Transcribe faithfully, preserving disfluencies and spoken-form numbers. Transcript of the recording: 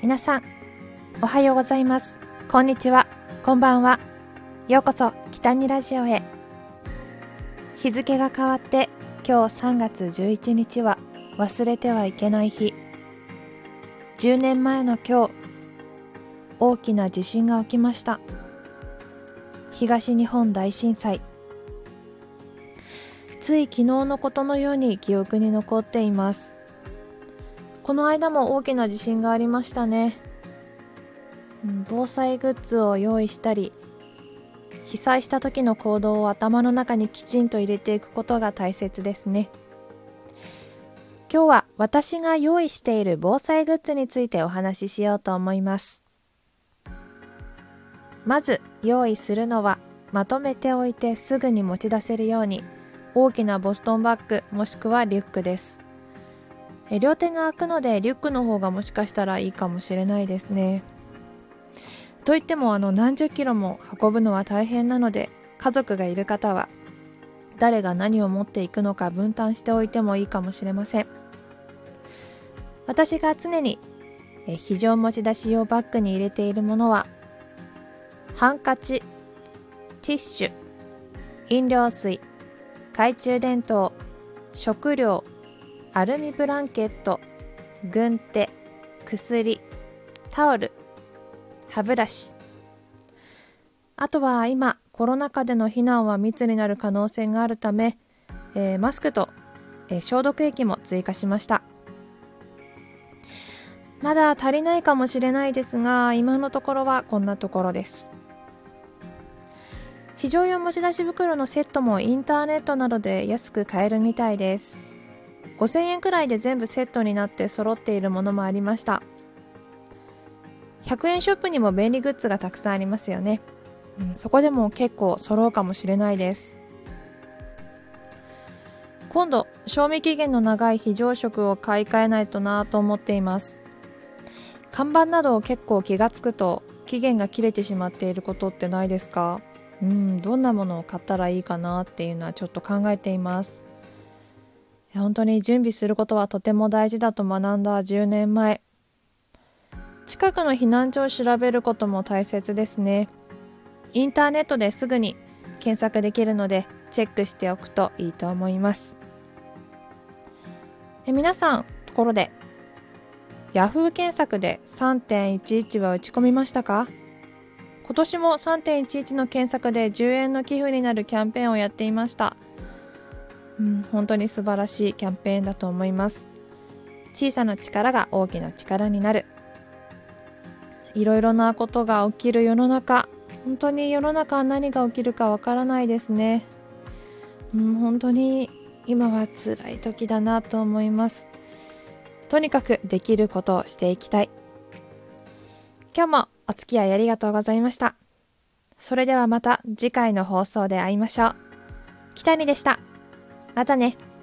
皆さんおはようございます。こんにちは、こんばんは。ようこそ北にラジオへ。日付が変わって今日さんがつじゅういちにちは忘れてはいけない日。じゅうねんまえの今日、大きな地震が起きました。東日本大震災。つい昨日のことのように記憶に残っています。この間も大きな地震がありましたね。防災グッズを用意したり、被災した時の行動を頭の中にきちんと入れていくことが大切ですね。今日は私が用意している防災グッズについてお話ししようと思います。まず用意するのは、まとめておいてすぐに持ち出せるように大きなボストンバッグもしくはリュックです。え両手が開くのでリュックの方がもしかしたらいいかもしれないですね。といってもあの何十キロも運ぶのは大変なので、家族がいる方は誰が何を持っていくのか分担しておいてもいいかもしれません。私が常にえ非常持ち出し用バッグに入れているものは、ハンカチ、ティッシュ、飲料水、懐中電灯、食料、アルミブランケット、軍手、薬、タオル、歯ブラシ。あとは今コロナ禍での避難は密になる可能性があるため、えー、マスクと、えー、消毒液も追加しました。まだ足りないかもしれないですが、今のところはこんなところです。非常用持ち出し袋のセットもインターネットなどで安く買えるみたいです。ごせんえんくらいで全部セットになって揃っているものもありました。ひゃくえんショップにも便利グッズがたくさんありますよね。うん、そこでも結構揃うかもしれないです。今度賞味期限の長い非常食を買い替えないとなと思っています。看板などを結構気がつくと期限が切れてしまっていることってないですか？うん、どんなものを買ったらいいかなっていうのはちょっと考えています。本当に準備することはとても大事だと学んだじゅうねんまえ。近くの避難所を調べることも大切ですね。インターネットですぐに検索できるのでチェックしておくといいと思います。え皆さん、ところで ヤフー 検索で さんてんいちいち は打ち込みましたか？今年も さんてんいちいち の検索でじゅうえんの寄付になるキャンペーンをやっていました。うん、本当に素晴らしいキャンペーンだと思います。小さな力が大きな力になる。いろいろなことが起きる世の中、本当に世の中は何が起きるかわからないですね。うん、本当に今は辛い時だなと思います。とにかくできることをしていきたい。今日もお付き合いありがとうございました。それではまた次回の放送で会いましょう。北にでした。またね。